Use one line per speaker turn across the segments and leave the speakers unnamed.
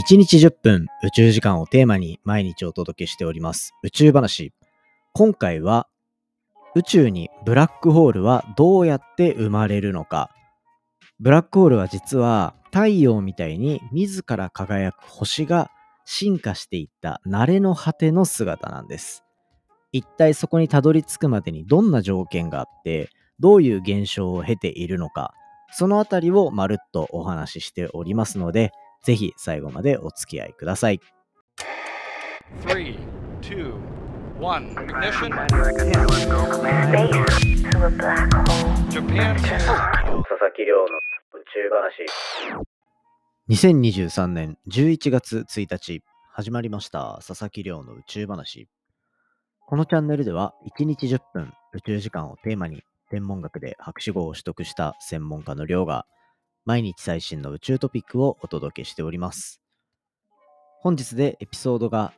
1日10分宇宙時間をテーマに毎日お届けしております宇宙話。今回は宇宙にブラックホールはどうやって生まれるのか。ブラックホールは実は太陽みたいに自ら輝く星が進化していった慣れの果ての姿なんです。一体そこにたどり着くまでにどんな条件があってどういう現象を経ているのか、そのあたりをまるっとお話ししておりますので、ぜひ最後までお付き合いください。
3, 2, 1, ignition. Japan.
佐々木亮の宇宙話。2023年11月1日始まりました佐々木亮の宇宙話。このチャンネルでは1日10分宇宙時間をテーマに天文学で博士号を取得した専門家の亮が毎日最新の宇宙トピックをお届けしております。本日でエピソードが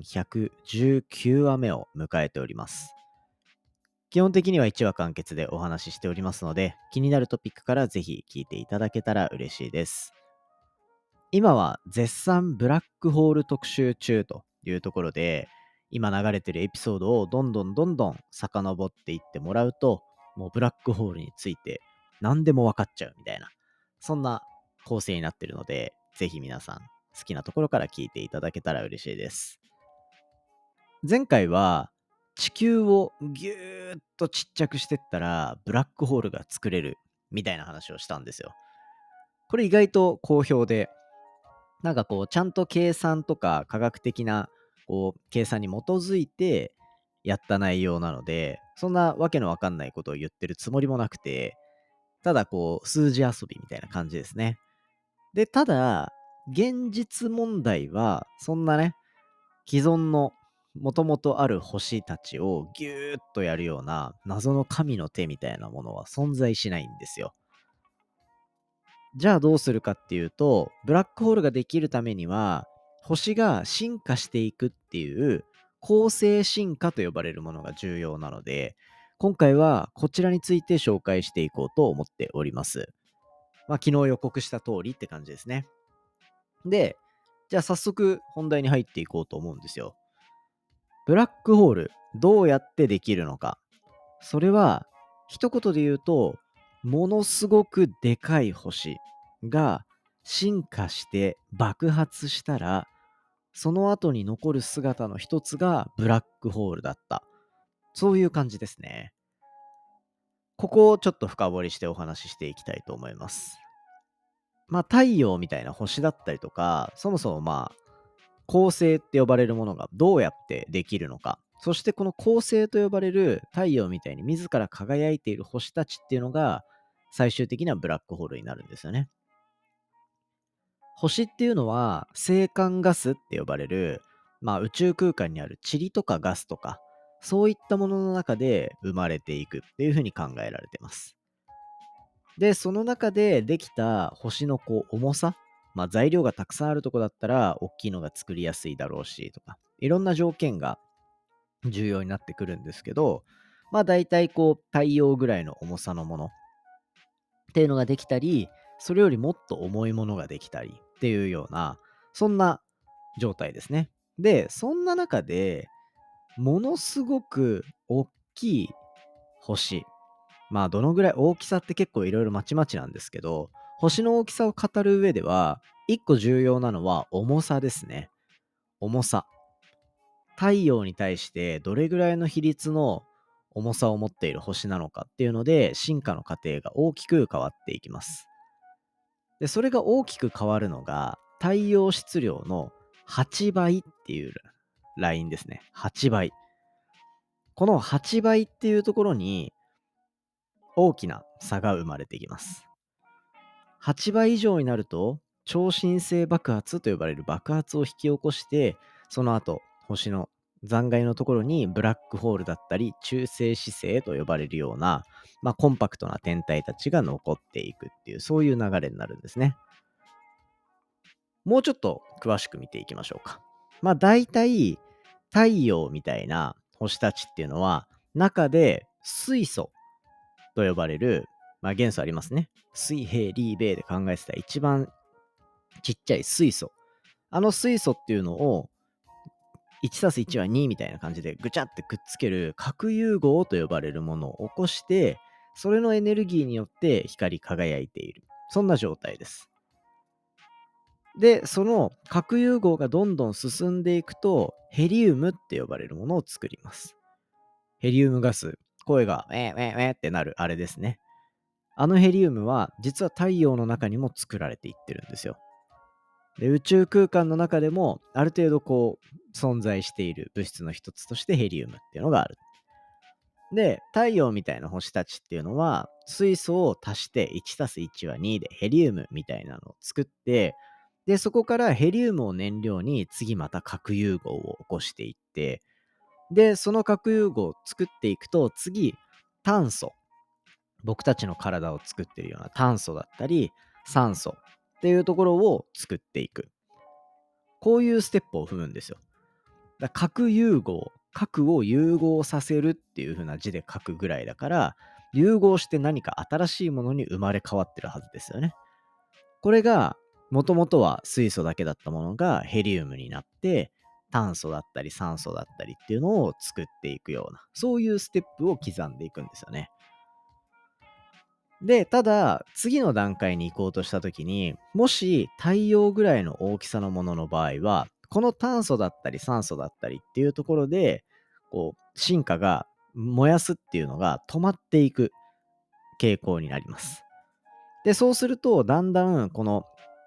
1119話目を迎えております。基本的には1話完結でお話ししておりますので、気になるトピックからぜひ聞いていただけたら嬉しいです。今は絶賛ブラックホール特集中というところで、今流れてるエピソードをどんどん遡っていってもらうと、もうブラックホールについて何でも分かっちゃうみたいな、そんな構成になってるので、ぜひ皆さん好きなところから聞いていただけたら嬉しいです。前回は地球をぎゅーっとちっちゃくしてったらブラックホールが作れるみたいな話をしたんですよ。これ意外と好評で、なんかこうちゃんと計算とか科学的なこう計算に基づいてやった内容なので、そんなわけのわかんないことを言ってるつもりもなくて、ただこう数字遊びみたいな感じですね。で、ただ現実問題はそんなね、既存のもともとある星たちをギューッとやるような謎の神の手みたいなものは存在しないんですよ。じゃあどうするかっていうと、ブラックホールができるためには星が進化していくっていう恒星進化と呼ばれるものが重要なので、今回はこちらについて紹介していこうと思っております。昨日予告した通りって感じですね。で、じゃあ早速本題に入っていこうと思うんですよ。ブラックホールどうやってできるのか。それは一言で言うと、ものすごくでかい星が進化して爆発したら、その後に残る姿の一つがブラックホールだった。そういう感じですね。ここをちょっと深掘りしてお話ししていきたいと思います。太陽みたいな星だったりとか、そもそも恒星って呼ばれるものがどうやってできるのか。そしてこの恒星と呼ばれる太陽みたいに自ら輝いている星たちっていうのが最終的にはブラックホールになるんですよね。星っていうのは星間ガスって呼ばれる、宇宙空間にある塵とかガスとかそういったものの中で生まれていくっていうふうに考えられてます。で、その中でできた星の重さ、材料がたくさんあるとこだったら大きいのが作りやすいだろうしとか、いろんな条件が重要になってくるんですけど、大体太陽ぐらいの重さのものっていうのができたり、それよりもっと重いものができたりっていうような、そんな状態ですね。で、そんな中でものすごく大きい星、どのぐらい大きさって結構いろいろまちまちなんですけど、星の大きさを語る上では、一個重要なのは重さですね。重さ。太陽に対してどれぐらいの比率の重さを持っている星なのかっていうので、進化の過程が大きく変わっていきます。で、それが大きく変わるのが、太陽質量の8倍っていうラインですね。8倍。この8倍っていうところに大きな差が生まれてきます。8倍以上になると超新星爆発と呼ばれる爆発を引き起こして、その後星の残骸のところにブラックホールだったり中性子星と呼ばれるような、コンパクトな天体たちが残っていくっていう、そういう流れになるんですね。もうちょっと詳しく見ていきましょうか。大体太陽みたいな星たちっていうのは中で水素と呼ばれる、元素ありますね。水平リーベイで考えてた一番ちっちゃい水素。 あの水素っていうのを 1+1 は2みたいな感じでぐちゃってくっつける核融合と呼ばれるものを起こして、それのエネルギーによって光り輝いている。そんな状態です。で、その核融合がどんどん進んでいくと、ヘリウムって呼ばれるものを作ります。ヘリウムガス、声がってなるあれですね。あのヘリウムは実は太陽の中にも作られていってるんですよ。で、宇宙空間の中でもある程度存在している物質の一つとしてヘリウムっていうのがある。で、太陽みたいな星たちっていうのは水素を足して 1+1 は2でヘリウムみたいなのを作って、で、そこからヘリウムを燃料に次また核融合を起こしていって、で、その核融合を作っていくと次、炭素。僕たちの体を作っているような炭素だったり酸素っていうところを作っていく。こういうステップを踏むんですよ。核融合、核を融合させるっていう風な字で書くぐらいだから、融合して何か新しいものに生まれ変わってるはずですよね。これが、もともとは水素だけだったものがヘリウムになって、炭素だったり酸素だったりっていうのを作っていくような、そういうステップを刻んでいくんですよね。で、ただ、次の段階に行こうとしたときに、もし太陽ぐらいの大きさのものの場合は、この炭素だったり酸素だったりっていうところで、進化が燃やすっていうのが止まっていく傾向になります。で、そうすると、だんだんこの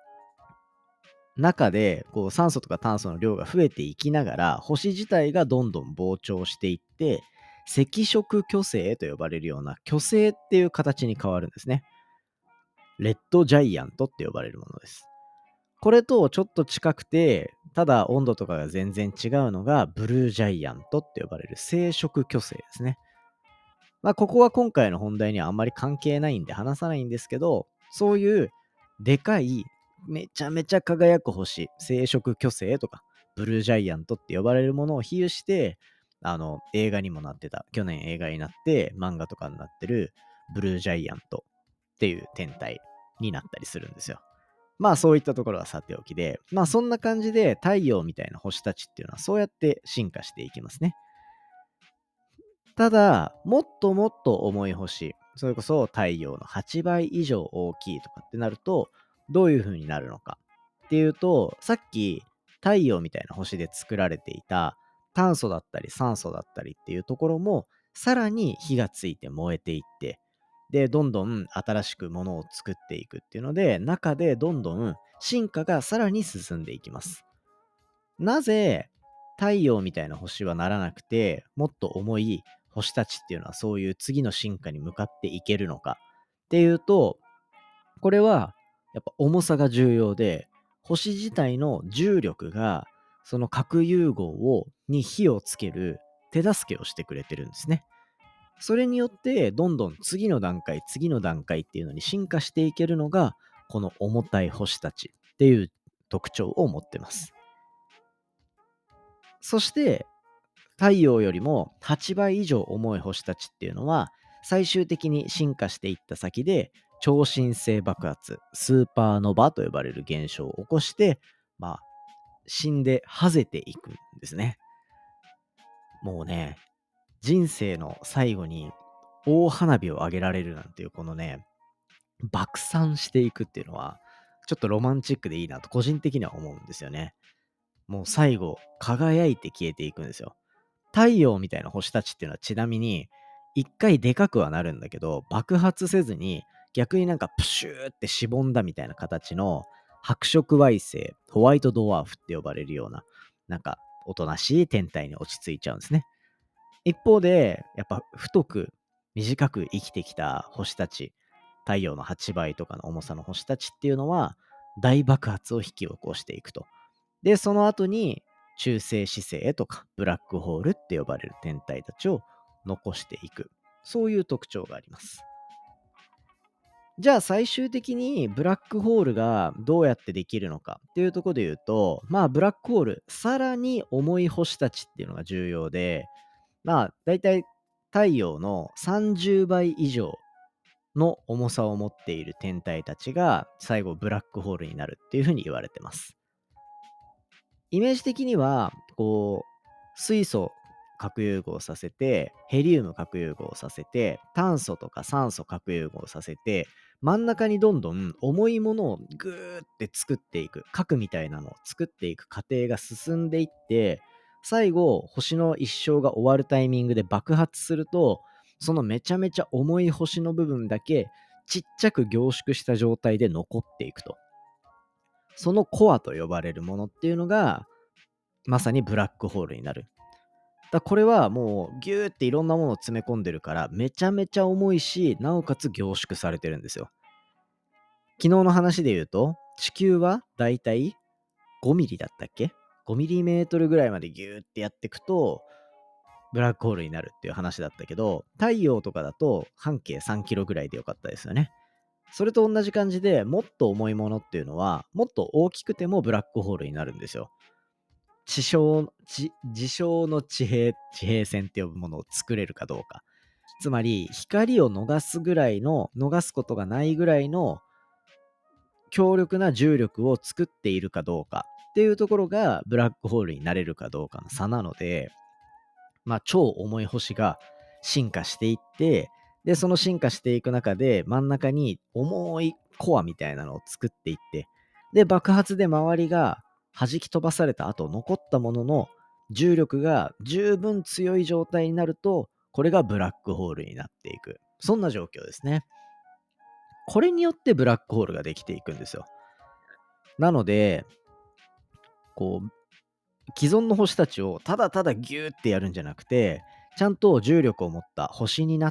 中で酸素とか炭素の量が増えていきながら、星自体がどんどん膨張していって、赤色巨星と呼ばれるような巨星っていう形に変わるんですね。レッドジャイアントって呼ばれるものです。これとちょっと近くて、ただ温度とかが全然違うのが、ブルージャイアントって呼ばれる青色巨星ですね。ここは今回の本題にはあんまり関係ないんで話さないんですけど、そういうでかい、めちゃめちゃ輝く星、青色巨星とか、ブルージャイアントって呼ばれるものを比喩して、映画にもなってた、去年映画になって漫画とかになってるブルージャイアントっていう天体になったりするんですよ。そういったところはさておきで、そんな感じで太陽みたいな星たちっていうのはそうやって進化していきますね。ただ、もっともっと重い星、それこそ太陽の8倍以上大きいとかってなると、どういう風になるのかっていうと、さっき太陽みたいな星で作られていた炭素だったり酸素だったりっていうところも、さらに火がついて燃えていって、で、どんどん新しくものを作っていくっていうので、中でどんどん進化がさらに進んでいきます。なぜ太陽みたいな星はならなくて、もっと重い星たちっていうのはそういう次の進化に向かっていけるのかっていうと、これはやっぱ重さが重要で、星自体の重力がその核融合に火をつける手助けをしてくれてるんですね。それによってどんどん次の段階、次の段階っていうのに進化していけるのが、この重たい星たちっていう特徴を持ってます。そして、太陽よりも8倍以上重い星たちっていうのは、最終的に進化していった先で、超新星爆発、スーパーノバと呼ばれる現象を起こして、まあ、死んでハゼていくんですね。もうね、人生の最後に大花火を上げられるなんていうこのね、爆散していくっていうのは、ちょっとロマンチックでいいなと個人的には思うんですよね。もう最後、輝いて消えていくんですよ。太陽みたいな星たちっていうのはちなみに、一回でかくはなるんだけど、爆発せずに、逆になんかプシューってしぼんだみたいな形の白色矮星、ホワイトドワーフって呼ばれるような、なんかおとなしい天体に落ち着いちゃうんですね。一方で、やっぱ太く短く生きてきた星たち、太陽の8倍とかの重さの星たちっていうのは、大爆発を引き起こしていくと。で、その後に中性子星とかブラックホールって呼ばれる天体たちを残していく。そういう特徴があります。じゃあ最終的にブラックホールがどうやってできるのかっていうところで言うと、ブラックホール、さらに重い星たちっていうのが重要で、だいたい太陽の30倍以上の重さを持っている天体たちが最後ブラックホールになるっていうふうに言われてます。 イメージ的には、水素核融合させて、ヘリウム核融合させて、炭素とか酸素核融合させて、真ん中にどんどん重いものをグーって作っていく、核みたいなのを作っていく過程が進んでいって、最後、星の一生が終わるタイミングで爆発すると、そのめちゃめちゃ重い星の部分だけちっちゃく凝縮した状態で残っていくと。そのコアと呼ばれるものっていうのが、まさにブラックホールになる。これはもうギューっていろんなものを詰め込んでるからめちゃめちゃ重いし、なおかつ凝縮されてるんですよ。昨日の話で言うと、地球はだいたい5ミリだったっけ ?5 ミリメートルぐらいまでギューってやっていくと、ブラックホールになるっていう話だったけど、太陽とかだと半径3キロぐらいでよかったですよね。それと同じ感じで、もっと重いものっていうのは、もっと大きくてもブラックホールになるんですよ。事象の地平線って呼ぶものを作れるかどうか。つまり、光を逃すことがないぐらいの強力な重力を作っているかどうかっていうところがブラックホールになれるかどうかの差なので、超重い星が進化していって、で、その進化していく中で真ん中に重いコアみたいなのを作っていって、で、爆発で周りが弾き飛ばされた後、残ったものの重力が十分強い状態になると、これがブラックホールになっていく。そんな状況ですね。これによってブラックホールができていくんですよ。なので、既存の星たちをただただギューってやるんじゃなくて、ちゃんと重力を持った星になって、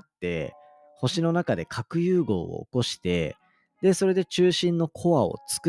星の中で核融合を起こして、で、それで中心のコアを作って、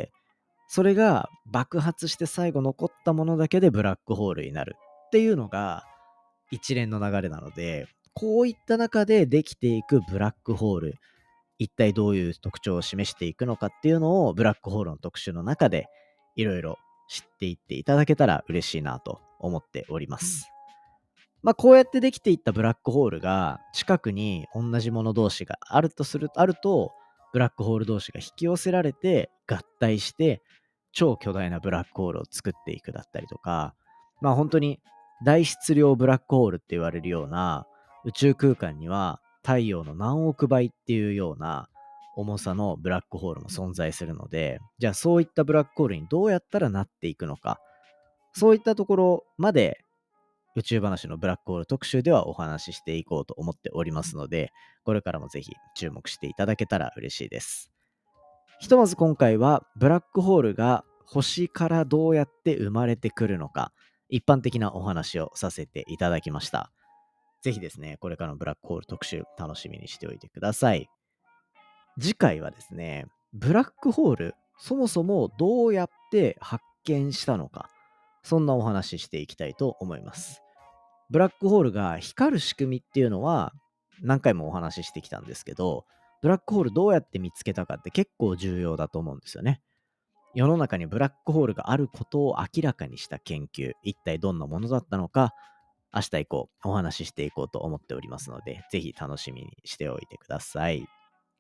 それが爆発して最後残ったものだけでブラックホールになるっていうのが一連の流れなので、こういった中でできていくブラックホール、一体どういう特徴を示していくのかっていうのをブラックホールの特集の中でいろいろ知っていっていただけたら嬉しいなと思っております。こうやってできていったブラックホールが近くに同じもの同士があると、ブラックホール同士が引き寄せられて合体して超巨大なブラックホールを作っていくだったりとか、本当に大質量ブラックホールって言われるような宇宙空間には太陽の何億倍っていうような重さのブラックホールも存在するので、じゃあそういったブラックホールにどうやったらなっていくのか、そういったところまで宇宙話のブラックホール特集ではお話ししていこうと思っておりますので、これからもぜひ注目していただけたら嬉しいです。ひとまず今回はブラックホールが星からどうやって生まれてくるのか、一般的なお話をさせていただきました。ぜひですね、これからのブラックホール特集楽しみにしておいてください。次回はですね、ブラックホール、そもそもどうやって発見したのか、そんなお話ししていきたいと思います。ブラックホールが光る仕組みっていうのは何回もお話ししてきたんですけど、ブラックホールどうやって見つけたかって結構重要だと思うんですよね。世の中にブラックホールがあることを明らかにした研究、一体どんなものだったのか、明日以降お話ししていこうと思っておりますので、ぜひ楽しみにしておいてください。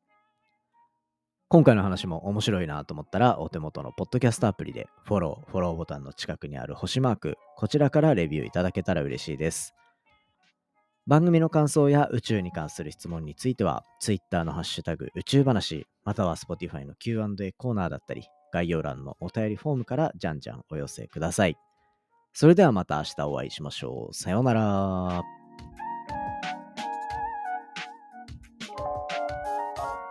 今回の話も面白いなと思ったら、お手元のポッドキャストアプリでフォローボタンの近くにある星マーク、こちらからレビューいただけたら嬉しいです。番組の感想や宇宙に関する質問については、Twitter のハッシュタグ宇宙話、または Spotify の Q&A コーナーだったり、概要欄のお便りフォームからじゃんじゃんお寄せください。それではまた明日お会いしましょう。さようなら。